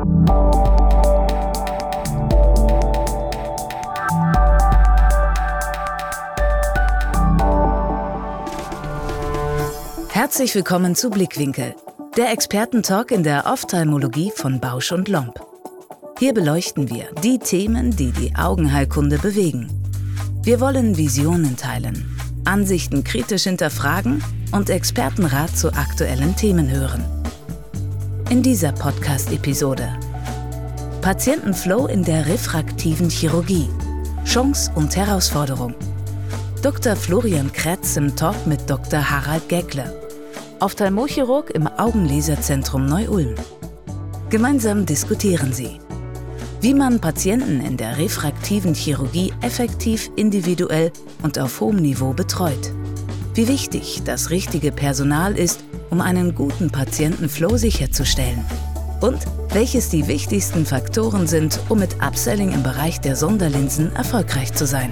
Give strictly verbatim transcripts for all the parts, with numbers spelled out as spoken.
Herzlich willkommen zu Blickwinkel, der Expertentalk in der Ophthalmologie von Bausch und Lomb. Hier beleuchten wir die Themen, die die Augenheilkunde bewegen. Wir wollen Visionen teilen, Ansichten kritisch hinterfragen und Expertenrat zu aktuellen Themen hören. In dieser Podcast-Episode: Patientenflow in der refraktiven Chirurgie, Chance und Herausforderung. Doktor Florian Kretz im Talk mit Doktor Harald Geckle, Ophthalmochirurg im Augenlaserzentrum Neu-Ulm. Gemeinsam diskutieren sie, wie man Patienten in der refraktiven Chirurgie effektiv, individuell und auf hohem Niveau betreut. Wie wichtig das richtige Personal ist, um einen guten Patientenflow sicherzustellen. Und welches die wichtigsten Faktoren sind, um mit Upselling im Bereich der Sonderlinsen erfolgreich zu sein.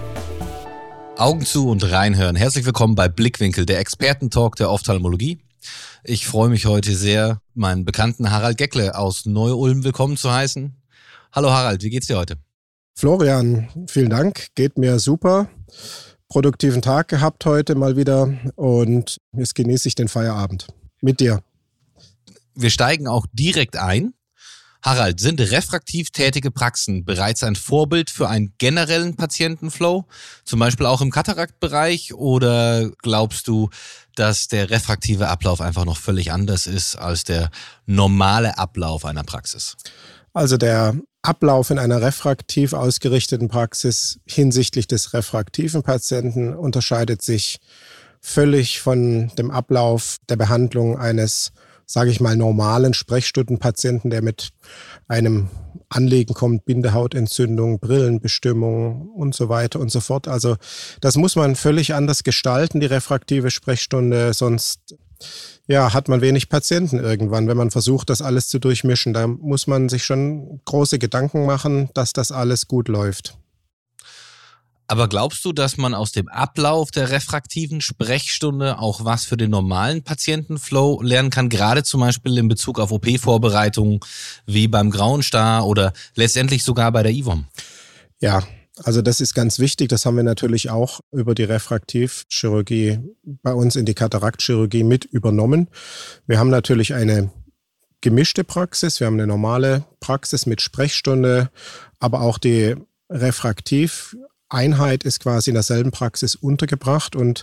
Augen zu und reinhören. Herzlich willkommen bei Blickwinkel, der Expertentalk der Ophthalmologie. Ich freue mich heute sehr, meinen Bekannten Harald Geckle aus Neu-Ulm willkommen zu heißen. Hallo Harald, wie geht's dir heute? Florian, vielen Dank. Geht mir super. Produktiven Tag gehabt heute mal wieder und jetzt genieße ich den Feierabend mit dir. Wir steigen auch direkt ein. Harald, sind refraktiv tätige Praxen bereits ein Vorbild für einen generellen Patientenflow, zum Beispiel auch im Kataraktbereich, oder glaubst du, dass der refraktive Ablauf einfach noch völlig anders ist als der normale Ablauf einer Praxis? Also der Ablauf in einer refraktiv ausgerichteten Praxis hinsichtlich des refraktiven Patienten unterscheidet sich völlig von dem Ablauf der Behandlung eines, sage ich mal, normalen Sprechstundenpatienten, der mit einem Anliegen kommt, Bindehautentzündung, Brillenbestimmung und so weiter und so fort. Also das muss man völlig anders gestalten, die refraktive Sprechstunde, sonst ja, hat man wenig Patienten irgendwann, wenn man versucht, das alles zu durchmischen. Da muss man sich schon große Gedanken machen, dass das alles gut läuft. Aber glaubst du, dass man aus dem Ablauf der refraktiven Sprechstunde auch was für den normalen Patientenflow lernen kann, gerade zum Beispiel in Bezug auf O P-Vorbereitungen wie beim Grauen Star oder letztendlich sogar bei der I W O M? Ja, also das ist ganz wichtig. Das haben wir natürlich auch über die Refraktivchirurgie bei uns in die Kataraktchirurgie mit übernommen. Wir haben natürlich eine gemischte Praxis. Wir haben eine normale Praxis mit Sprechstunde, aber auch die Refraktiv Einheit ist quasi in derselben Praxis untergebracht, und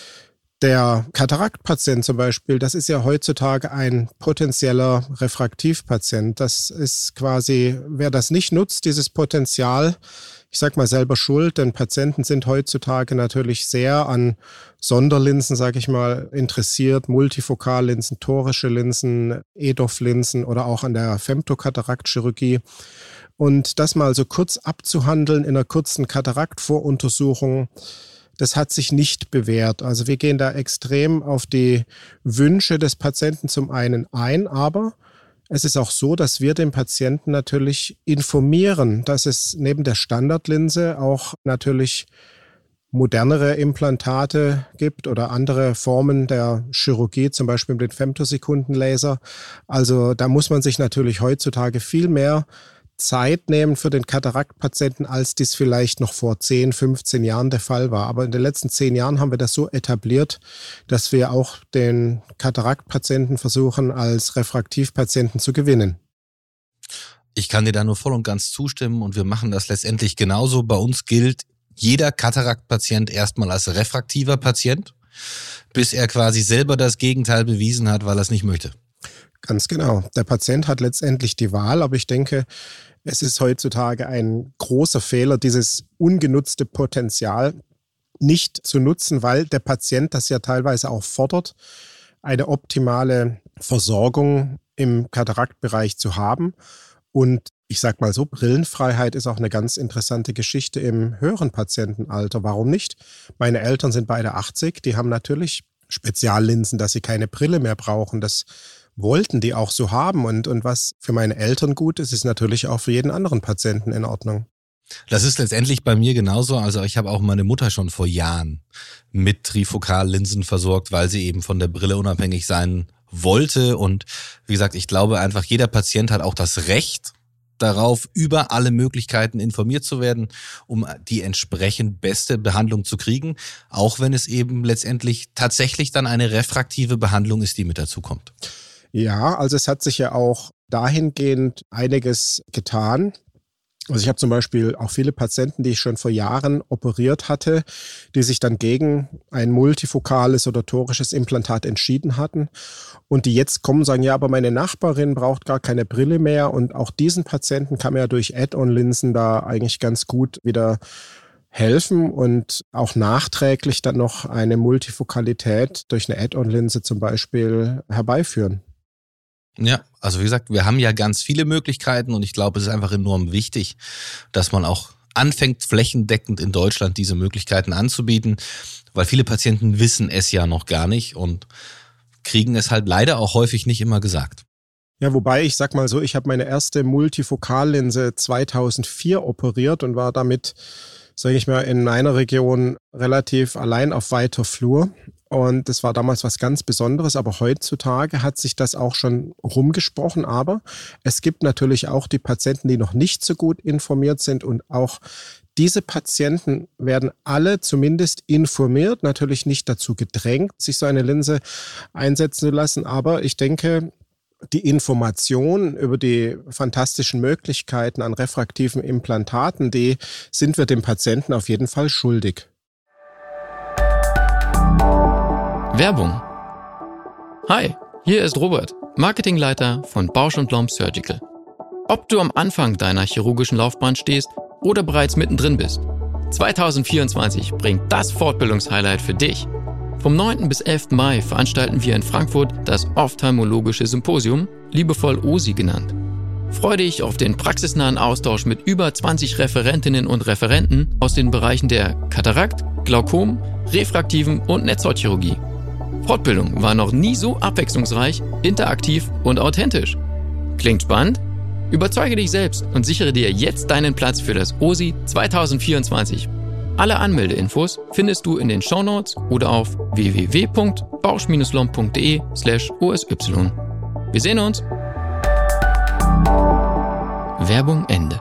der Kataraktpatient zum Beispiel, das ist ja heutzutage ein potenzieller Refraktivpatient. Das ist quasi, wer das nicht nutzt, dieses Potenzial, ich sag mal selber schuld, denn Patienten sind heutzutage natürlich sehr an Sonderlinsen, sage ich mal, interessiert, Multifokallinsen, torische Linsen, E D O F-Linsen oder auch an der Femtokataraktchirurgie. Und das mal so kurz abzuhandeln in einer kurzen Kataraktvoruntersuchung, das hat sich nicht bewährt. Also wir gehen da extrem auf die Wünsche des Patienten zum einen ein, aber es ist auch so, dass wir den Patienten natürlich informieren, dass es neben der Standardlinse auch natürlich modernere Implantate gibt oder andere Formen der Chirurgie, zum Beispiel mit dem Femtosekundenlaser. Also da muss man sich natürlich heutzutage viel mehr Zeit nehmen für den Kataraktpatienten, als dies vielleicht noch vor zehn, fünfzehn Jahren der Fall war. Aber in den letzten zehn Jahren haben wir das so etabliert, dass wir auch den Kataraktpatienten versuchen, als Refraktivpatienten zu gewinnen. Ich kann dir da nur voll und ganz zustimmen, und wir machen das letztendlich genauso. Bei uns gilt jeder Kataraktpatient erstmal als refraktiver Patient, bis er quasi selber das Gegenteil bewiesen hat, weil er es nicht möchte. Ganz genau. Der Patient hat letztendlich die Wahl, aber ich denke, es ist heutzutage ein großer Fehler, dieses ungenutzte Potenzial nicht zu nutzen, weil der Patient das ja teilweise auch fordert, eine optimale Versorgung im Kataraktbereich zu haben. Und ich sag mal so, Brillenfreiheit ist auch eine ganz interessante Geschichte im höheren Patientenalter. Warum nicht? Meine Eltern sind beide achtzig, die haben natürlich Speziallinsen, dass sie keine Brille mehr brauchen. Das wollten die auch so haben. Und, und was für meine Eltern gut ist, ist natürlich auch für jeden anderen Patienten in Ordnung. Das ist letztendlich bei mir genauso. Also ich habe auch meine Mutter schon vor Jahren mit Trifokallinsen versorgt, weil sie eben von der Brille unabhängig sein wollte. Und wie gesagt, ich glaube einfach, jeder Patient hat auch das Recht darauf, über alle Möglichkeiten informiert zu werden, um die entsprechend beste Behandlung zu kriegen, auch wenn es eben letztendlich tatsächlich dann eine refraktive Behandlung ist, die mit dazu kommt. Ja, also es hat sich ja auch dahingehend einiges getan. Also ich habe zum Beispiel auch viele Patienten, die ich schon vor Jahren operiert hatte, die sich dann gegen ein multifokales oder torisches Implantat entschieden hatten und die jetzt kommen und sagen, ja, aber meine Nachbarin braucht gar keine Brille mehr, und auch diesen Patienten kann man ja durch Add-on-Linsen da eigentlich ganz gut wieder helfen und auch nachträglich dann noch eine Multifokalität durch eine Add-on-Linse zum Beispiel herbeiführen. Ja, also wie gesagt, wir haben ja ganz viele Möglichkeiten und ich glaube, es ist einfach enorm wichtig, dass man auch anfängt, flächendeckend in Deutschland diese Möglichkeiten anzubieten, weil viele Patienten wissen es ja noch gar nicht und kriegen es halt leider auch häufig nicht immer gesagt. Ja, wobei ich sag mal so, ich habe meine erste Multifokallinse zweitausendvier operiert und war damit, sage ich mal, in meiner Region relativ allein auf weiter Flur. Und das war damals was ganz Besonderes, aber heutzutage hat sich das auch schon rumgesprochen. Aber es gibt natürlich auch die Patienten, die noch nicht so gut informiert sind, und auch diese Patienten werden alle zumindest informiert, natürlich nicht dazu gedrängt, sich so eine Linse einsetzen zu lassen. Aber ich denke, die Information über die fantastischen Möglichkeiten an refraktiven Implantaten, die sind wir dem Patienten auf jeden Fall schuldig. Werbung. Hi, hier ist Robert, Marketingleiter von Bausch und Lomb Surgical. Ob du am Anfang deiner chirurgischen Laufbahn stehst oder bereits mittendrin bist, zwanzig vierundzwanzig bringt das Fortbildungshighlight für dich. Vom neunten bis elften Mai veranstalten wir in Frankfurt das Ophthalmologische Symposium, liebevoll O S I genannt. Freu dich auf den praxisnahen Austausch mit über zwanzig Referentinnen und Referenten aus den Bereichen der Katarakt, Glaukom, refraktiven und Netzhautchirurgie. Fortbildung war noch nie so abwechslungsreich, interaktiv und authentisch. Klingt spannend? Überzeuge dich selbst und sichere dir jetzt deinen Platz für das O S I zwanzig vierundzwanzig. Alle Anmeldeinfos findest du in den Shownotes oder auf w w w punkt bausch Bindestrich lomb punkt de slash o s y. Wir sehen uns! Werbung Ende.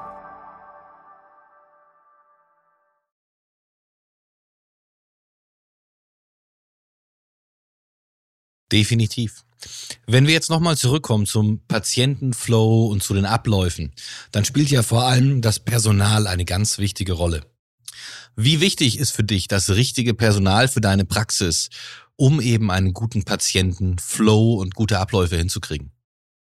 Definitiv. Wenn wir jetzt nochmal zurückkommen zum Patientenflow und zu den Abläufen, dann spielt ja vor allem das Personal eine ganz wichtige Rolle. Wie wichtig ist für dich das richtige Personal für deine Praxis, um eben einen guten Patientenflow und gute Abläufe hinzukriegen?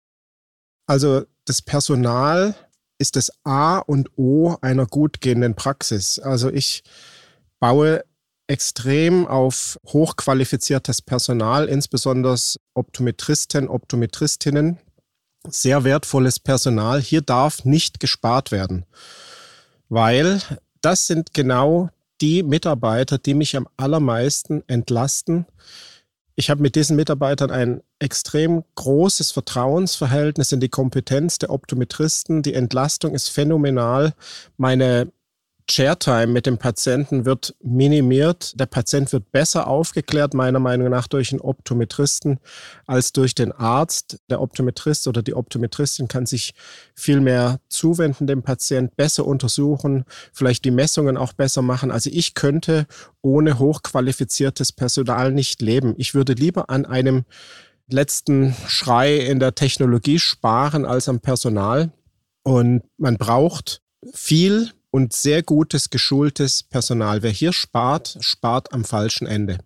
Also das Personal ist das A und O einer gut gehenden Praxis. Also ich baue extrem auf hochqualifiziertes Personal, insbesondere Optometristen, Optometristinnen. Sehr wertvolles Personal. Hier darf nicht gespart werden, weil das sind genau die Mitarbeiter, die mich am allermeisten entlasten. Ich habe mit diesen Mitarbeitern ein extrem großes Vertrauensverhältnis in die Kompetenz der Optometristen. Die Entlastung ist phänomenal. Meine Chair-Time mit dem Patienten wird minimiert. Der Patient wird besser aufgeklärt, meiner Meinung nach, durch einen Optometristen als durch den Arzt. Der Optometrist oder die Optometristin kann sich viel mehr zuwenden dem Patient, besser untersuchen, vielleicht die Messungen auch besser machen. Also ich könnte ohne hochqualifiziertes Personal nicht leben. Ich würde lieber an einem letzten Schrei in der Technologie sparen als am Personal. Und man braucht viel und sehr gutes, geschultes Personal. Wer hier spart, spart am falschen Ende.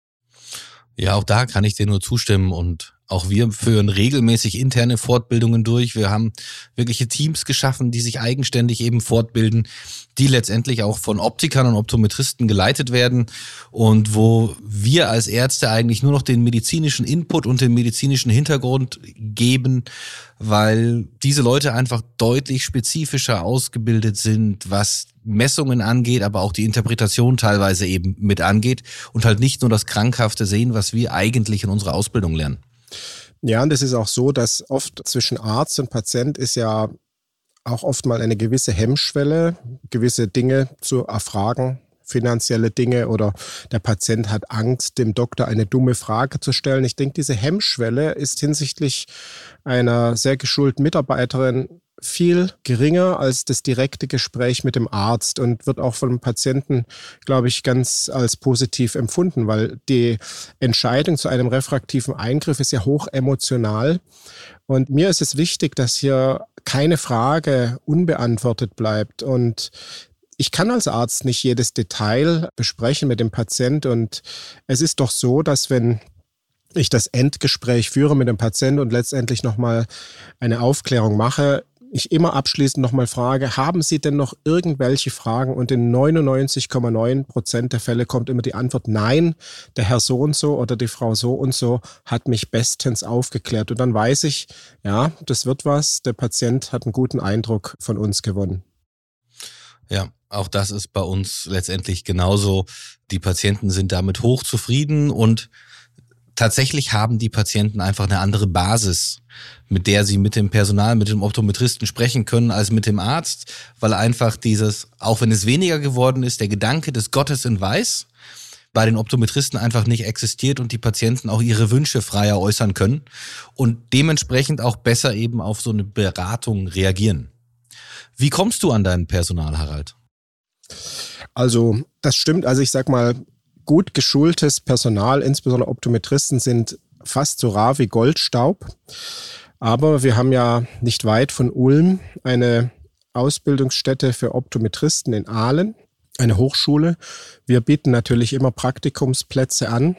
Ja, auch da kann ich dir nur zustimmen und auch wir führen regelmäßig interne Fortbildungen durch. Wir haben wirkliche Teams geschaffen, die sich eigenständig eben fortbilden, die letztendlich auch von Optikern und Optometristen geleitet werden und wo wir als Ärzte eigentlich nur noch den medizinischen Input und den medizinischen Hintergrund geben, weil diese Leute einfach deutlich spezifischer ausgebildet sind, was Messungen angeht, aber auch die Interpretation teilweise eben mit angeht und halt nicht nur das Krankhafte sehen, was wir eigentlich in unserer Ausbildung lernen. Ja, und es ist auch so, dass oft zwischen Arzt und Patient ist ja auch oft mal eine gewisse Hemmschwelle, gewisse Dinge zu erfragen, finanzielle Dinge oder der Patient hat Angst, dem Doktor eine dumme Frage zu stellen. Ich denke, diese Hemmschwelle ist hinsichtlich einer sehr geschulten Mitarbeiterin viel geringer als das direkte Gespräch mit dem Arzt und wird auch von dem Patienten, glaube ich, ganz als positiv empfunden, weil die Entscheidung zu einem refraktiven Eingriff ist ja hoch emotional. Und mir ist es wichtig, dass hier keine Frage unbeantwortet bleibt. Und ich kann als Arzt nicht jedes Detail besprechen mit dem Patient. Und es ist doch so, dass wenn ich das Endgespräch führe mit dem Patienten und letztendlich nochmal eine Aufklärung mache, ich immer abschließend nochmal frage, haben Sie denn noch irgendwelche Fragen? Und in neunundneunzig Komma neun Prozent der Fälle kommt immer die Antwort, nein, der Herr so und so oder die Frau so und so hat mich bestens aufgeklärt. Und dann weiß ich, ja, das wird was, der Patient hat einen guten Eindruck von uns gewonnen. Ja, auch das ist bei uns letztendlich genauso. Die Patienten sind damit hochzufrieden und tatsächlich haben die Patienten einfach eine andere Basis, mit der sie mit dem Personal, mit dem Optometristen sprechen können als mit dem Arzt, weil einfach dieses, auch wenn es weniger geworden ist, der Gedanke des Gottes in Weiß bei den Optometristen einfach nicht existiert und die Patienten auch ihre Wünsche freier äußern können und dementsprechend auch besser eben auf so eine Beratung reagieren. Wie kommst du an dein Personal, Harald? Also das stimmt, also ich sag mal, gut geschultes Personal, insbesondere Optometristen, sind fast so rar wie Goldstaub. Aber wir haben ja nicht weit von Ulm eine Ausbildungsstätte für Optometristen in Aalen, eine Hochschule. Wir bieten natürlich immer Praktikumsplätze an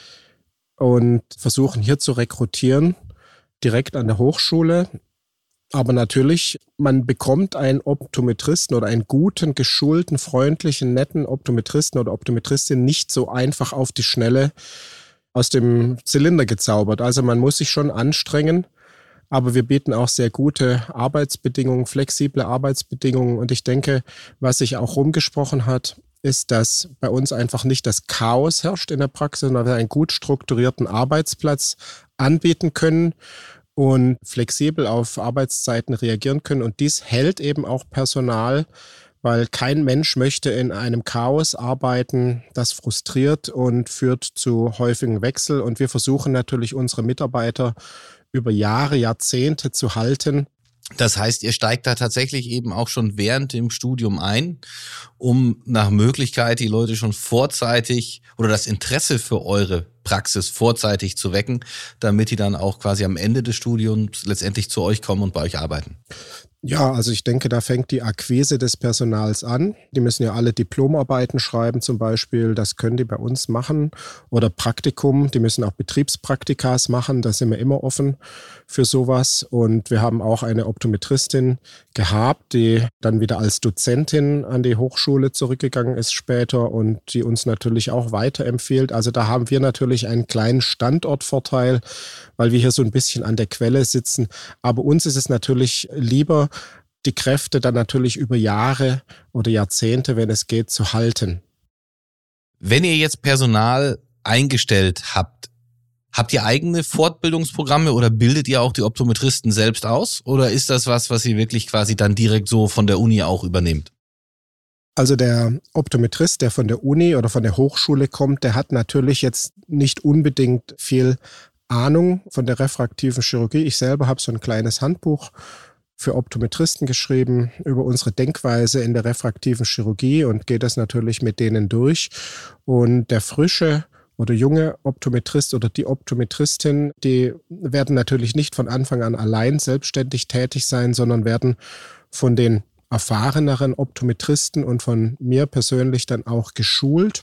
und versuchen hier zu rekrutieren, direkt an der Hochschule. Aber natürlich, man bekommt einen Optometristen oder einen guten, geschulten, freundlichen, netten Optometristen oder Optometristin nicht so einfach auf die Schnelle aus dem Zylinder gezaubert. Also man muss sich schon anstrengen, aber wir bieten auch sehr gute Arbeitsbedingungen, flexible Arbeitsbedingungen. Und ich denke, was sich auch rumgesprochen hat, ist, dass bei uns einfach nicht das Chaos herrscht in der Praxis, sondern wir einen gut strukturierten Arbeitsplatz anbieten können und flexibel auf Arbeitszeiten reagieren können. Und dies hält eben auch Personal, weil kein Mensch möchte in einem Chaos arbeiten, das frustriert und führt zu häufigen Wechsel. Und wir versuchen natürlich, unsere Mitarbeiter über Jahre, Jahrzehnte zu halten. Das heißt, ihr steigt da tatsächlich eben auch schon während dem Studium ein, um nach Möglichkeit die Leute schon vorzeitig oder das Interesse für eure Praxis vorzeitig zu wecken, damit die dann auch quasi am Ende des Studiums letztendlich zu euch kommen und bei euch arbeiten. Ja, also ich denke, da fängt die Akquise des Personals an. Die müssen ja alle Diplomarbeiten schreiben zum Beispiel, das können die bei uns machen. Oder Praktikum, die müssen auch Betriebspraktikas machen, da sind wir immer offen für sowas. Und wir haben auch eine Optometristin gehabt, die dann wieder als Dozentin an die Hochschule zurückgegangen ist später und die uns natürlich auch weiterempfiehlt. Also da haben wir natürlich einen kleinen Standortvorteil, weil wir hier so ein bisschen an der Quelle sitzen. Aber uns ist es natürlich lieber, die Kräfte dann natürlich über Jahre oder Jahrzehnte, wenn es geht, zu halten. Wenn ihr jetzt Personal eingestellt habt, habt ihr eigene Fortbildungsprogramme oder bildet ihr auch die Optometristen selbst aus? Oder ist das was, was ihr wirklich quasi dann direkt so von der Uni auch übernehmt? Also der Optometrist, der von der Uni oder von der Hochschule kommt, der hat natürlich jetzt nicht unbedingt viel Ahnung von der refraktiven Chirurgie. Ich selber habe so ein kleines Handbuch für Optometristen geschrieben über unsere Denkweise in der refraktiven Chirurgie und gehe das natürlich mit denen durch. Und der frische oder junge Optometrist oder die Optometristin, die werden natürlich nicht von Anfang an allein selbstständig tätig sein, sondern werden von den erfahreneren Optometristen und von mir persönlich dann auch geschult.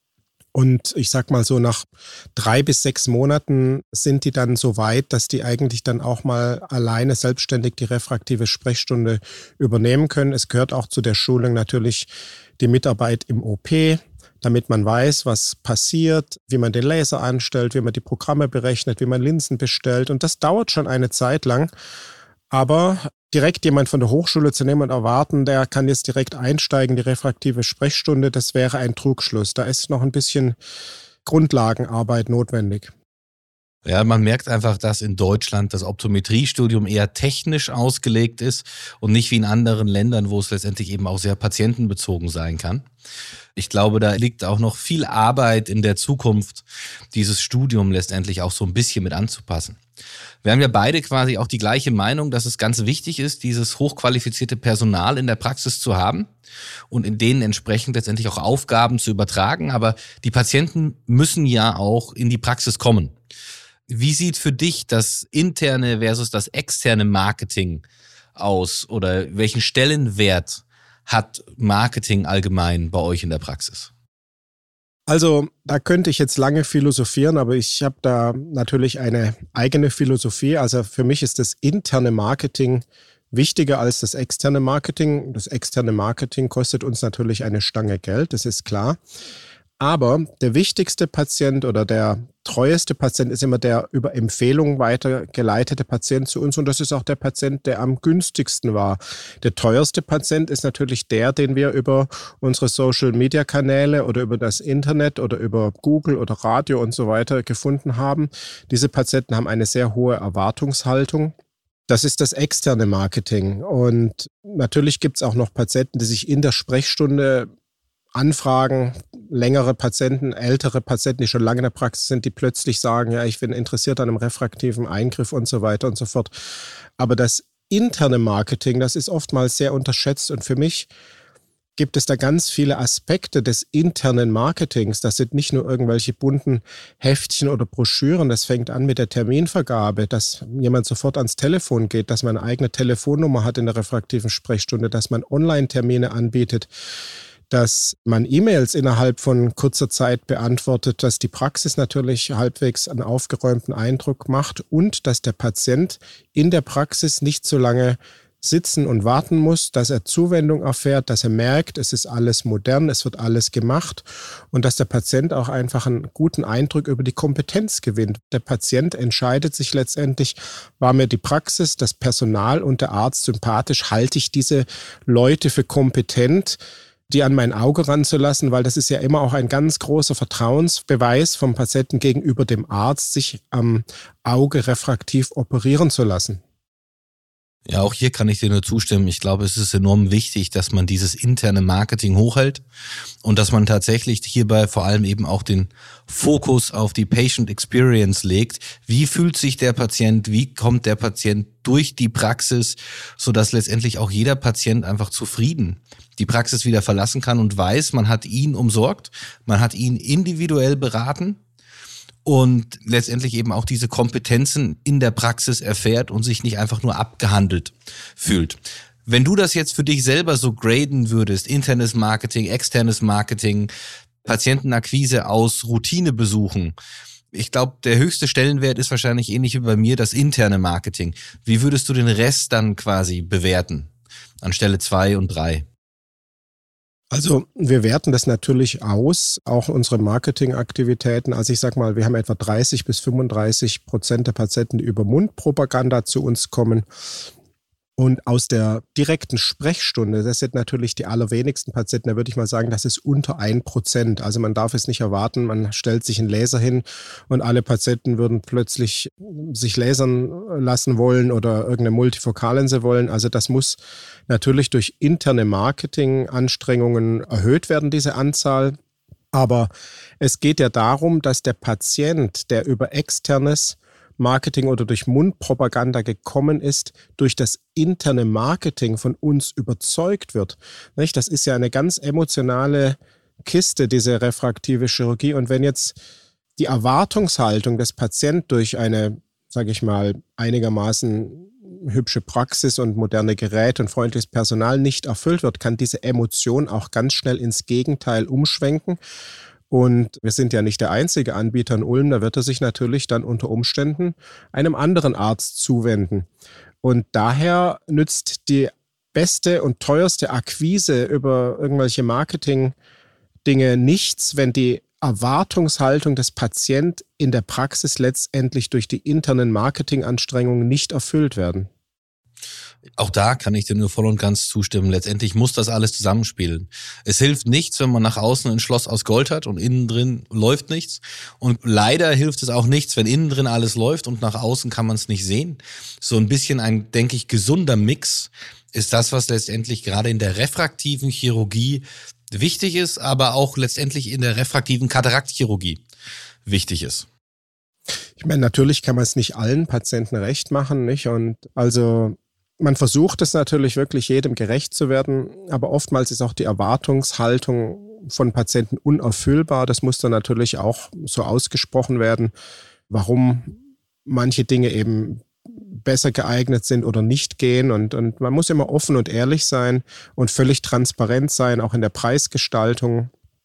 Und ich sag mal so, nach drei bis sechs Monaten sind die dann so weit, dass die eigentlich dann auch mal alleine selbstständig die refraktive Sprechstunde übernehmen können. Es gehört auch zu der Schulung natürlich die Mitarbeit im O P, damit man weiß, was passiert, wie man den Laser anstellt, wie man die Programme berechnet, wie man Linsen bestellt. Und das dauert schon eine Zeit lang. Aber direkt jemand von der Hochschule zu nehmen und erwarten, der kann jetzt direkt einsteigen, die refraktive Sprechstunde, das wäre ein Trugschluss. Da ist noch ein bisschen Grundlagenarbeit notwendig. Ja, man merkt einfach, dass in Deutschland das Optometriestudium eher technisch ausgelegt ist und nicht wie in anderen Ländern, wo es letztendlich eben auch sehr patientenbezogen sein kann. Ich glaube, da liegt auch noch viel Arbeit in der Zukunft, dieses Studium letztendlich auch so ein bisschen mit anzupassen. Wir haben ja beide quasi auch die gleiche Meinung, dass es ganz wichtig ist, dieses hochqualifizierte Personal in der Praxis zu haben und in denen entsprechend letztendlich auch Aufgaben zu übertragen. Aber die Patienten müssen ja auch in die Praxis kommen. Wie sieht für dich das interne versus das externe Marketing aus oder welchen Stellenwert hat Marketing allgemein bei euch in der Praxis? Also da könnte ich jetzt lange philosophieren, aber ich habe da natürlich eine eigene Philosophie. Also für mich ist das interne Marketing wichtiger als das externe Marketing. Das externe Marketing kostet uns natürlich eine Stange Geld, das ist klar. Aber der wichtigste Patient oder der treueste Patient ist immer der über Empfehlung weitergeleitete Patient zu uns. Und das ist auch der Patient, der am günstigsten war. Der teuerste Patient ist natürlich der, den wir über unsere Social-Media-Kanäle oder über das Internet oder über Google oder Radio und so weiter gefunden haben. Diese Patienten haben eine sehr hohe Erwartungshaltung. Das ist das externe Marketing. Und natürlich gibt es auch noch Patienten, die sich in der Sprechstunde Anfragen, längere Patienten, ältere Patienten, die schon lange in der Praxis sind, die plötzlich sagen, ja, ich bin interessiert an einem refraktiven Eingriff und so weiter und so fort. Aber das interne Marketing, das ist oftmals sehr unterschätzt und für mich gibt es da ganz viele Aspekte des internen Marketings. Das sind nicht nur irgendwelche bunten Heftchen oder Broschüren. Das fängt an mit der Terminvergabe, dass jemand sofort ans Telefon geht, dass man eine eigene Telefonnummer hat in der refraktiven Sprechstunde, dass man Online-Termine anbietet, dass man E-Mails innerhalb von kurzer Zeit beantwortet, dass die Praxis natürlich halbwegs einen aufgeräumten Eindruck macht und dass der Patient in der Praxis nicht so lange sitzen und warten muss, dass er Zuwendung erfährt, dass er merkt, es ist alles modern, es wird alles gemacht und dass der Patient auch einfach einen guten Eindruck über die Kompetenz gewinnt. Der Patient entscheidet sich letztendlich, war mir die Praxis, das Personal und der Arzt sympathisch, halte ich diese Leute für kompetent, die an mein Auge ranzulassen, weil das ist ja immer auch ein ganz großer Vertrauensbeweis vom Patienten gegenüber dem Arzt, sich am Auge refraktiv operieren zu lassen. Ja, auch hier kann ich dir nur zustimmen. Ich glaube, es ist enorm wichtig, dass man dieses interne Marketing hochhält und dass man tatsächlich hierbei vor allem eben auch den Fokus auf die Patient Experience legt. Wie fühlt sich der Patient? Wie kommt der Patient durch die Praxis, sodass letztendlich auch jeder Patient einfach zufrieden die Praxis wieder verlassen kann und weiß, man hat ihn umsorgt, man hat ihn individuell beraten und letztendlich eben auch diese Kompetenzen in der Praxis erfährt und sich nicht einfach nur abgehandelt fühlt. Wenn du das jetzt für dich selber so graden würdest, internes Marketing, externes Marketing, Patientenakquise aus Routinebesuchen, ich glaube, der höchste Stellenwert ist wahrscheinlich ähnlich wie bei mir das interne Marketing. Wie würdest du den Rest dann quasi bewerten an Stelle zwei und drei? Also wir werten das natürlich aus, auch unsere Marketingaktivitäten. Also ich sage mal, wir haben etwa dreißig bis fünfunddreißig Prozent der Patienten, die über Mundpropaganda zu uns kommen. Und aus der direkten Sprechstunde, das sind natürlich die allerwenigsten Patienten, da würde ich mal sagen, das ist unter ein Prozent. Also man darf es nicht erwarten, man stellt sich einen Laser hin und alle Patienten würden plötzlich sich lasern lassen wollen oder irgendeine Multifokallinse wollen. Also das muss natürlich durch interne Marketinganstrengungen erhöht werden, diese Anzahl. Aber es geht ja darum, dass der Patient, der über externes Marketing oder durch Mundpropaganda gekommen ist, durch das interne Marketing von uns überzeugt wird. Das ist ja eine ganz emotionale Kiste, diese refraktive Chirurgie. Und wenn jetzt die Erwartungshaltung des Patienten durch eine, sage ich mal, einigermaßen hübsche Praxis und moderne Geräte und freundliches Personal nicht erfüllt wird, kann diese Emotion auch ganz schnell ins Gegenteil umschwenken. Und wir sind ja nicht der einzige Anbieter in Ulm, da wird er sich natürlich dann unter Umständen einem anderen Arzt zuwenden. Und daher nützt die beste und teuerste Akquise über irgendwelche Marketing-Dinge nichts, wenn die Erwartungshaltung des Patienten in der Praxis letztendlich durch die internen Marketinganstrengungen nicht erfüllt werden. Auch da kann ich dir nur voll und ganz zustimmen. Letztendlich muss das alles zusammenspielen. Es hilft nichts, wenn man nach außen ein Schloss aus Gold hat und innen drin läuft nichts. Und leider hilft es auch nichts, wenn innen drin alles läuft und nach außen kann man es nicht sehen. So ein bisschen ein, denke ich, gesunder Mix ist das, was letztendlich gerade in der refraktiven Chirurgie wichtig ist, aber auch letztendlich in der refraktiven Kataraktchirurgie wichtig ist. Ich meine, natürlich kann man es nicht allen Patienten recht machen, nicht? Und also man versucht es natürlich wirklich jedem gerecht zu werden, aber oftmals ist auch die Erwartungshaltung von Patienten unerfüllbar. Das muss dann natürlich auch so ausgesprochen werden, warum manche Dinge eben besser geeignet sind oder nicht gehen. Und, und man muss immer offen und ehrlich sein und völlig transparent sein, auch in der Preisgestaltung.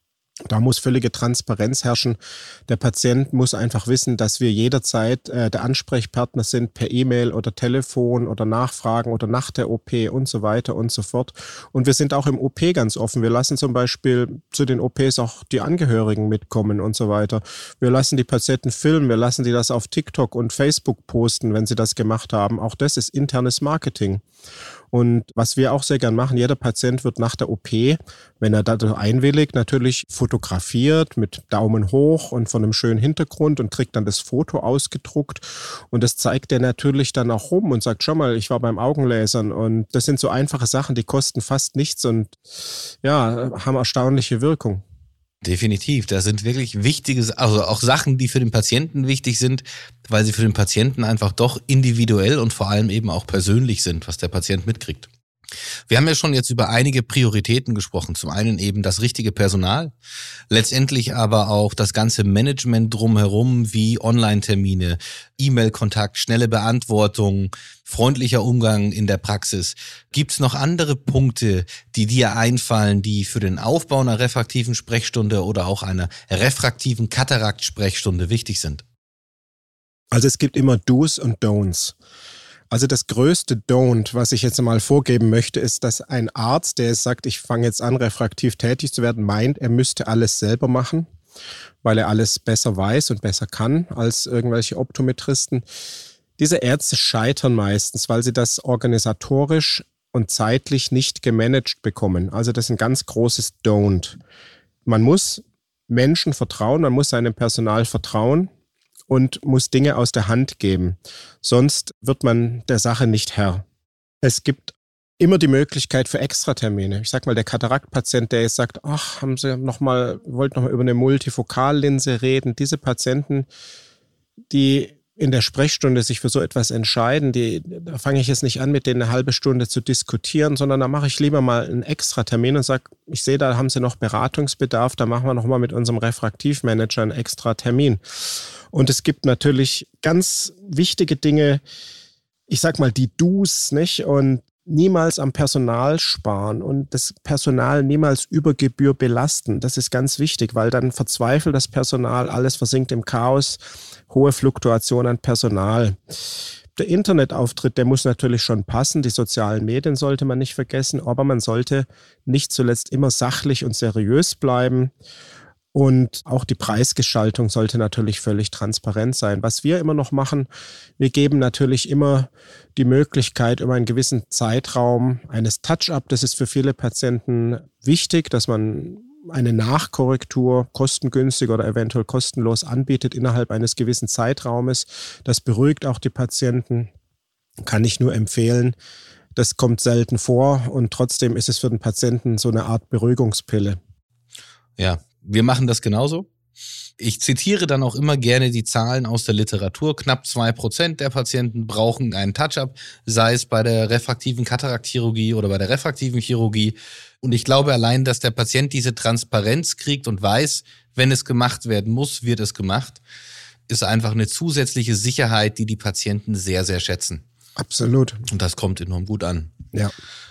Da muss völlige Transparenz herrschen. Der Patient muss einfach wissen, dass wir jederzeit äh, der Ansprechpartner sind per E-Mail oder Telefon oder Nachfragen oder nach der O P und so weiter und so fort. Und wir sind auch im O P ganz offen. Wir lassen zum Beispiel zu den O Ps auch die Angehörigen mitkommen und so weiter. Wir lassen die Patienten filmen, wir lassen die das auf TikTok und Facebook posten, wenn sie das gemacht haben. Auch das ist internes Marketing. Und was wir auch sehr gern machen, jeder Patient wird nach der O P, wenn er da einwilligt, natürlich fotografiert mit Daumen hoch und von einem schönen Hintergrund und kriegt dann das Foto ausgedruckt. Und das zeigt er natürlich dann auch rum und sagt, schau mal, ich war beim Augenlasern. Und das sind so einfache Sachen, die kosten fast nichts und ja, haben erstaunliche Wirkung. Definitiv, das sind wirklich wichtige, also auch Sachen, die für den Patienten wichtig sind, weil sie für den Patienten einfach doch individuell und vor allem eben auch persönlich sind, was der Patient mitkriegt. Wir haben ja schon jetzt über einige Prioritäten gesprochen. Zum einen eben das richtige Personal, letztendlich aber auch das ganze Management drumherum, wie Online-Termine, E-Mail-Kontakt, schnelle Beantwortung, freundlicher Umgang in der Praxis. Gibt es noch andere Punkte, die dir einfallen, die für den Aufbau einer refraktiven Sprechstunde oder auch einer refraktiven Katarakt-Sprechstunde wichtig sind? Also es gibt immer Do's und Don'ts. Also das größte Don't, was ich jetzt mal vorgeben möchte, ist, dass ein Arzt, der sagt, ich fange jetzt an, refraktiv tätig zu werden, meint, er müsste alles selber machen, weil er alles besser weiß und besser kann als irgendwelche Optometristen. Diese Ärzte scheitern meistens, weil sie das organisatorisch und zeitlich nicht gemanagt bekommen. Also das ist ein ganz großes Don't. Man muss Menschen vertrauen, man muss seinem Personal vertrauen und muss Dinge aus der Hand geben. Sonst wird man der Sache nicht Herr. Es gibt immer die Möglichkeit für Extratermine. Ich sag mal, der Kataraktpatient, der jetzt sagt, ach, haben Sie noch mal, wollt noch mal über eine Multifokallinse reden. Diese Patienten, die in der Sprechstunde sich für so etwas entscheiden, die, da fange ich jetzt nicht an, mit denen eine halbe Stunde zu diskutieren, sondern da mache ich lieber mal einen Extratermin und sage, ich sehe, da haben Sie noch Beratungsbedarf, da machen wir noch mal mit unserem Refraktivmanager einen Extratermin. Und es gibt natürlich ganz wichtige Dinge, ich sag mal die Do's, nicht? Und niemals am Personal sparen und das Personal niemals über Gebühr belasten. Das ist ganz wichtig, weil dann verzweifelt das Personal, alles versinkt im Chaos, hohe Fluktuation an Personal. Der Internetauftritt, der muss natürlich schon passen, die sozialen Medien sollte man nicht vergessen, aber man sollte nicht zuletzt immer sachlich und seriös bleiben. Und auch die Preisgestaltung sollte natürlich völlig transparent sein. Was wir immer noch machen, wir geben natürlich immer die Möglichkeit, über einen gewissen Zeitraum eines Touch-up, das ist für viele Patienten wichtig, dass man eine Nachkorrektur kostengünstig oder eventuell kostenlos anbietet innerhalb eines gewissen Zeitraumes. Das beruhigt auch die Patienten, kann ich nur empfehlen. Das kommt selten vor und trotzdem ist es für den Patienten so eine Art Beruhigungspille. Ja. Wir machen das genauso. Ich zitiere dann auch immer gerne die Zahlen aus der Literatur. Knapp zwei Prozent der Patienten brauchen einen Touch-up, sei es bei der refraktiven Kataraktchirurgie oder bei der refraktiven Chirurgie. Und ich glaube allein, dass der Patient diese Transparenz kriegt und weiß, wenn es gemacht werden muss, wird es gemacht, ist einfach eine zusätzliche Sicherheit, die die Patienten sehr, sehr schätzen. Absolut. Und das kommt enorm gut an. Ja.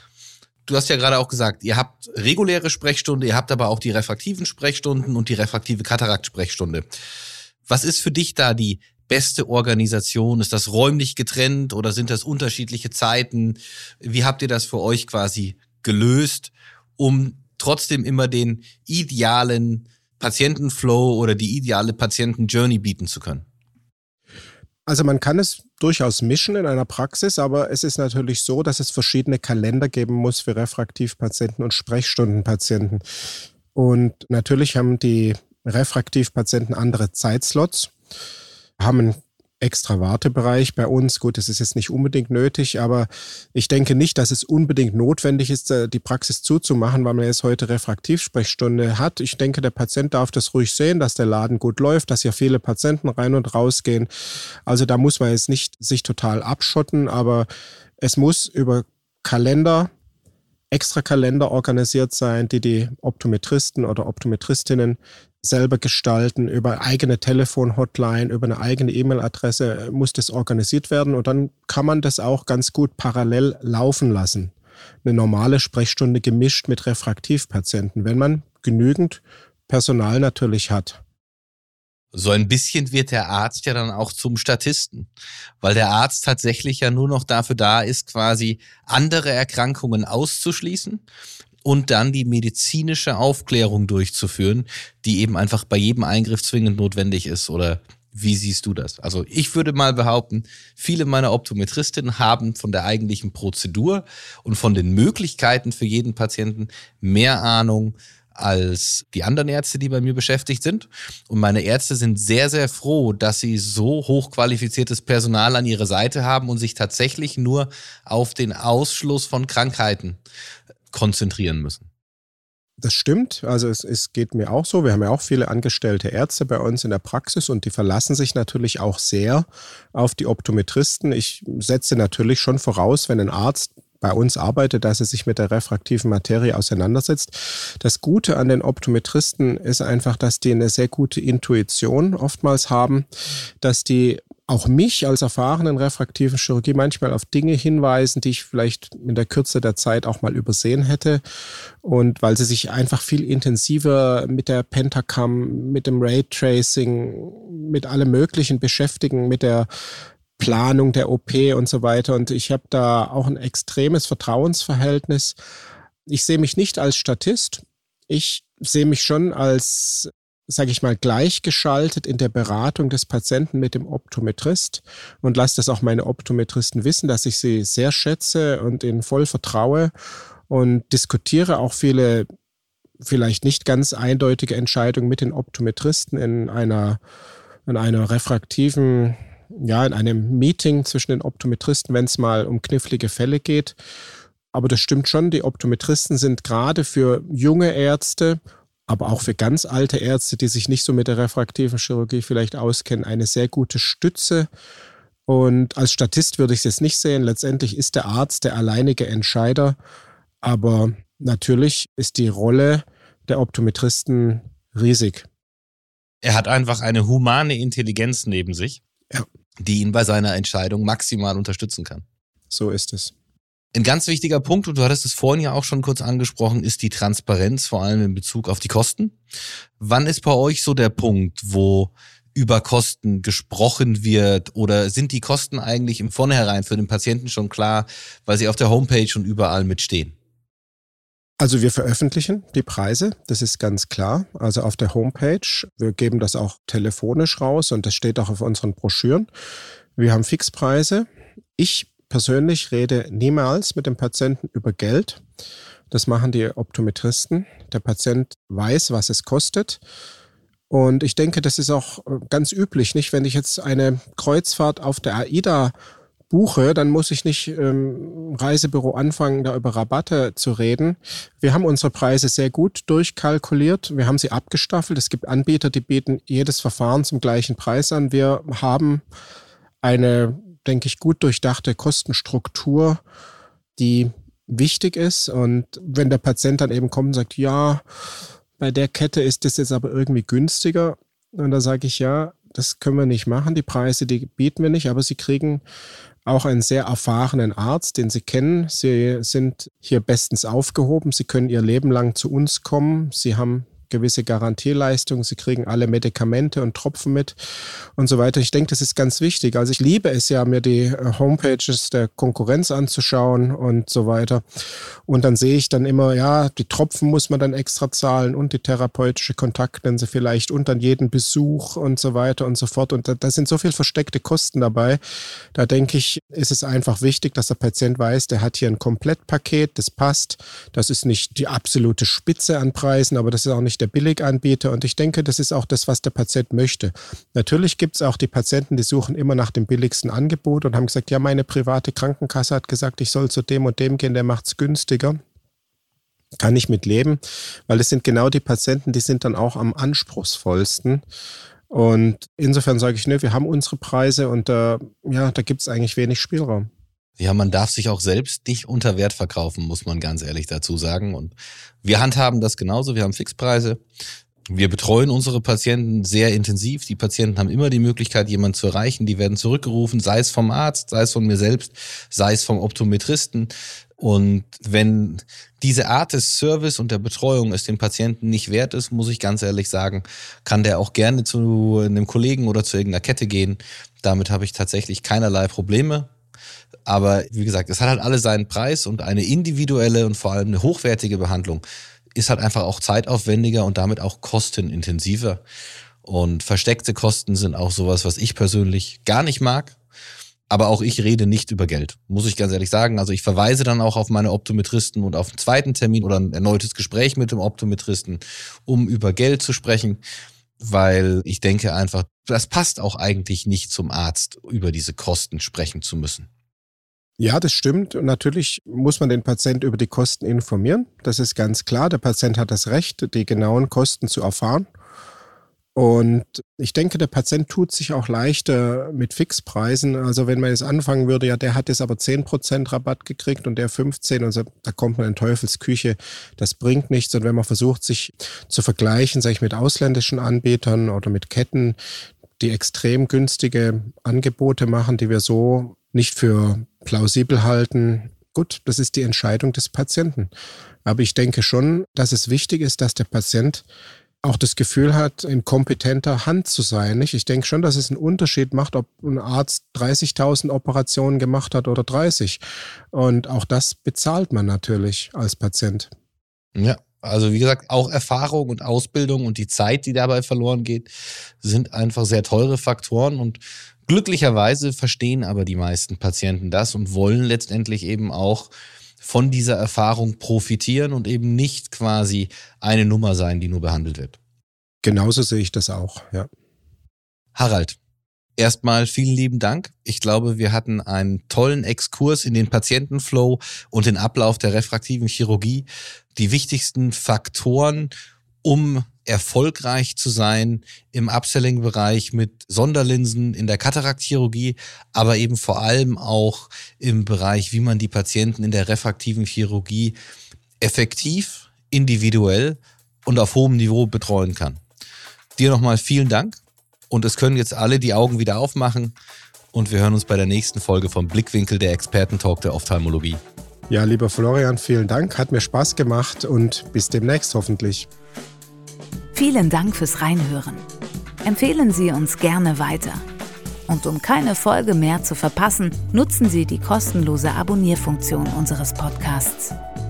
Du hast ja gerade auch gesagt, ihr habt reguläre Sprechstunde, ihr habt aber auch die refraktiven Sprechstunden und die refraktive Katarakt-Sprechstunde. Was ist für dich da die beste Organisation? Ist das räumlich getrennt oder sind das unterschiedliche Zeiten? Wie habt ihr das für euch quasi gelöst, um trotzdem immer den idealen Patientenflow oder die ideale Patientenjourney bieten zu können? Also man kann es durchaus mischen in einer Praxis, aber es ist natürlich so, dass es verschiedene Kalender geben muss für Refraktivpatienten und Sprechstundenpatienten. Und natürlich haben die Refraktivpatienten andere Zeitslots, haben einen extra Wartebereich bei uns. Gut, das ist jetzt nicht unbedingt nötig, aber ich denke nicht, dass es unbedingt notwendig ist, die Praxis zuzumachen, weil man jetzt heute Refraktivsprechstunde hat. Ich denke, der Patient darf das ruhig sehen, dass der Laden gut läuft, dass ja viele Patienten rein und raus gehen. Also da muss man jetzt nicht sich total abschotten, aber es muss über Kalender, extra Kalender organisiert sein, die die Optometristen oder Optometristinnen selber gestalten, über eigene Telefon-Hotline, über eine eigene E-Mail-Adresse muss das organisiert werden und dann kann man das auch ganz gut parallel laufen lassen. Eine normale Sprechstunde gemischt mit Refraktivpatienten, wenn man genügend Personal natürlich hat. So ein bisschen wird der Arzt ja dann auch zum Statisten, weil der Arzt tatsächlich ja nur noch dafür da ist, quasi andere Erkrankungen auszuschließen und dann die medizinische Aufklärung durchzuführen, die eben einfach bei jedem Eingriff zwingend notwendig ist. Oder wie siehst du das? Also ich würde mal behaupten, viele meiner Optometristinnen haben von der eigentlichen Prozedur und von den Möglichkeiten für jeden Patienten mehr Ahnung als die anderen Ärzte, die bei mir beschäftigt sind. Und meine Ärzte sind sehr, sehr froh, dass sie so hochqualifiziertes Personal an ihrer Seite haben und sich tatsächlich nur auf den Ausschluss von Krankheiten konzentrieren müssen. Das stimmt, also es, es geht mir auch so. Wir haben ja auch viele angestellte Ärzte bei uns in der Praxis und die verlassen sich natürlich auch sehr auf die Optometristen. Ich setze natürlich schon voraus, wenn ein Arzt bei uns arbeitet, dass er sich mit der refraktiven Materie auseinandersetzt. Das Gute an den Optometristen ist einfach, dass die eine sehr gute Intuition oftmals haben, dass die auch mich als erfahrenen refraktiven Chirurgie manchmal auf Dinge hinweisen, die ich vielleicht in der Kürze der Zeit auch mal übersehen hätte. Und weil sie sich einfach viel intensiver mit der Pentacam, mit dem Raytracing, mit allem Möglichen beschäftigen, mit der Planung der O P und so weiter. Und ich habe da auch ein extremes Vertrauensverhältnis. Ich sehe mich nicht als Statist. Ich sehe mich schon als, sage ich mal, gleichgeschaltet in der Beratung des Patienten mit dem Optometrist und lasse das auch meine Optometristen wissen, dass ich sie sehr schätze und ihnen voll vertraue und diskutiere auch viele vielleicht nicht ganz eindeutige Entscheidungen mit den Optometristen in einer, in einer refraktiven, ja, in einem Meeting zwischen den Optometristen, wenn es mal um knifflige Fälle geht. Aber das stimmt schon, die Optometristen sind gerade für junge Ärzte, aber auch für ganz alte Ärzte, die sich nicht so mit der refraktiven Chirurgie vielleicht auskennen, eine sehr gute Stütze. Und als Statist würde ich es jetzt nicht sehen. Letztendlich ist der Arzt der alleinige Entscheider. Aber natürlich ist die Rolle der Optometristen riesig. Er hat einfach eine humane Intelligenz neben sich, ja, die ihn bei seiner Entscheidung maximal unterstützen kann. So ist es. Ein ganz wichtiger Punkt, und du hattest es vorhin ja auch schon kurz angesprochen, ist die Transparenz, vor allem in Bezug auf die Kosten. Wann ist bei euch so der Punkt, wo über Kosten gesprochen wird, oder sind die Kosten eigentlich im Vornherein für den Patienten schon klar, weil sie auf der Homepage und überall mitstehen? Also wir veröffentlichen die Preise, das ist ganz klar. Also auf der Homepage, wir geben das auch telefonisch raus und das steht auch auf unseren Broschüren. Wir haben Fixpreise. Ich persönlich rede niemals mit dem Patienten über Geld. Das machen die Optometristen. Der Patient weiß, was es kostet. Und ich denke, das ist auch ganz üblich, nicht? Wenn ich jetzt eine Kreuzfahrt auf der AIDA buche, dann muss ich nicht ähm, Reisebüro anfangen, da über Rabatte zu reden. Wir haben unsere Preise sehr gut durchkalkuliert. Wir haben sie abgestaffelt. Es gibt Anbieter, die bieten jedes Verfahren zum gleichen Preis an. Wir haben eine, denke ich, gut durchdachte Kostenstruktur, die wichtig ist. Und wenn der Patient dann eben kommt und sagt, ja, bei der Kette ist das jetzt aber irgendwie günstiger, und da sage ich, ja, das können wir nicht machen. Die Preise, die bieten wir nicht, aber Sie kriegen auch einen sehr erfahrenen Arzt, den Sie kennen. Sie sind hier bestens aufgehoben. Sie können Ihr Leben lang zu uns kommen. Sie haben gewisse Garantieleistungen, sie kriegen alle Medikamente und Tropfen mit und so weiter. Ich denke, das ist ganz wichtig. Also ich liebe es ja, mir die Homepages der Konkurrenz anzuschauen und so weiter. Und dann sehe ich dann immer, ja, die Tropfen muss man dann extra zahlen und die therapeutische Kontaktlinse vielleicht und dann jeden Besuch und so weiter und so fort. Und da, da sind so viele versteckte Kosten dabei. Da denke ich, ist es einfach wichtig, dass der Patient weiß, der hat hier ein Komplettpaket, das passt. Das ist nicht die absolute Spitze an Preisen, aber das ist auch nicht der Billiganbieter. Und ich denke, das ist auch das, was der Patient möchte. Natürlich gibt es auch die Patienten, die suchen immer nach dem billigsten Angebot und haben gesagt, ja, meine private Krankenkasse hat gesagt, ich soll zu dem und dem gehen, der macht es günstiger. Kann ich mit leben, weil es sind genau die Patienten, die sind dann auch am anspruchsvollsten. Und insofern sage ich, ne, wir haben unsere Preise und äh, ja, da gibt es eigentlich wenig Spielraum. Ja, man darf sich auch selbst nicht unter Wert verkaufen, muss man ganz ehrlich dazu sagen. Und wir handhaben das genauso. Wir haben Fixpreise. Wir betreuen unsere Patienten sehr intensiv. Die Patienten haben immer die Möglichkeit, jemanden zu erreichen. Die werden zurückgerufen, sei es vom Arzt, sei es von mir selbst, sei es vom Optometristen. Und wenn diese Art des Service und der Betreuung es dem Patienten nicht wert ist, muss ich ganz ehrlich sagen, kann der auch gerne zu einem Kollegen oder zu irgendeiner Kette gehen. Damit habe ich tatsächlich keinerlei Probleme. Aber wie gesagt, es hat halt alle seinen Preis und eine individuelle und vor allem eine hochwertige Behandlung ist halt einfach auch zeitaufwendiger und damit auch kostenintensiver. Und versteckte Kosten sind auch sowas, was ich persönlich gar nicht mag. Aber auch ich rede nicht über Geld, muss ich ganz ehrlich sagen. Also ich verweise dann auch auf meine Optometristen und auf einen zweiten Termin oder ein erneutes Gespräch mit dem Optometristen, um über Geld zu sprechen. Weil ich denke einfach, das passt auch eigentlich nicht zum Arzt, über diese Kosten sprechen zu müssen. Ja, das stimmt. Und natürlich muss man den Patient über die Kosten informieren. Das ist ganz klar. Der Patient hat das Recht, die genauen Kosten zu erfahren. Und ich denke, der Patient tut sich auch leichter mit Fixpreisen. Also wenn man jetzt anfangen würde, ja, der hat jetzt aber zehn Prozent Rabatt gekriegt und der fünfzehn Prozent, also da kommt man in Teufelsküche. Das bringt nichts. Und wenn man versucht, sich zu vergleichen, sage ich, mit ausländischen Anbietern oder mit Ketten, die extrem günstige Angebote machen, die wir so nicht für plausibel halten. Gut, das ist die Entscheidung des Patienten. Aber ich denke schon, dass es wichtig ist, dass der Patient auch das Gefühl hat, in kompetenter Hand zu sein. Nicht? Ich denke schon, dass es einen Unterschied macht, ob ein Arzt dreißigtausend Operationen gemacht hat oder dreißig. Und auch das bezahlt man natürlich als Patient. Ja, also wie gesagt, auch Erfahrung und Ausbildung und die Zeit, die dabei verloren geht, sind einfach sehr teure Faktoren. Und glücklicherweise verstehen aber die meisten Patienten das und wollen letztendlich eben auch von dieser Erfahrung profitieren und eben nicht quasi eine Nummer sein, die nur behandelt wird. Genauso sehe ich das auch, ja. Harald, erstmal vielen lieben Dank. Ich glaube, wir hatten einen tollen Exkurs in den Patientenflow und den Ablauf der refraktiven Chirurgie. Die wichtigsten Faktoren, um erfolgreich zu sein im Upselling-Bereich mit Sonderlinsen in der Kataraktchirurgie, aber eben vor allem auch im Bereich, wie man die Patienten in der refraktiven Chirurgie effektiv, individuell und auf hohem Niveau betreuen kann. Dir nochmal vielen Dank und es können jetzt alle die Augen wieder aufmachen und wir hören uns bei der nächsten Folge vom Blickwinkel, der Expertentalk der Ophthalmologie. Ja, lieber Florian, vielen Dank, hat mir Spaß gemacht und bis demnächst hoffentlich. Vielen Dank fürs Reinhören. Empfehlen Sie uns gerne weiter. Und um keine Folge mehr zu verpassen, nutzen Sie die kostenlose Abonnierfunktion unseres Podcasts.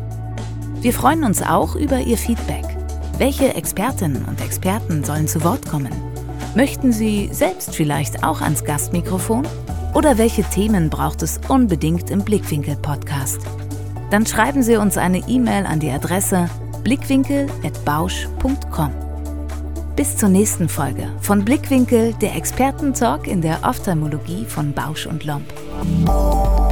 Wir freuen uns auch über Ihr Feedback. Welche Expertinnen und Experten sollen zu Wort kommen? Möchten Sie selbst vielleicht auch ans Gastmikrofon? Oder welche Themen braucht es unbedingt im Blickwinkel-Podcast? Dann schreiben Sie uns eine E-Mail an die Adresse blickwinkel at bausch punkt com. Bis zur nächsten Folge von Blickwinkel, der Expertentalk in der Ophthalmologie von Bausch und Lomb.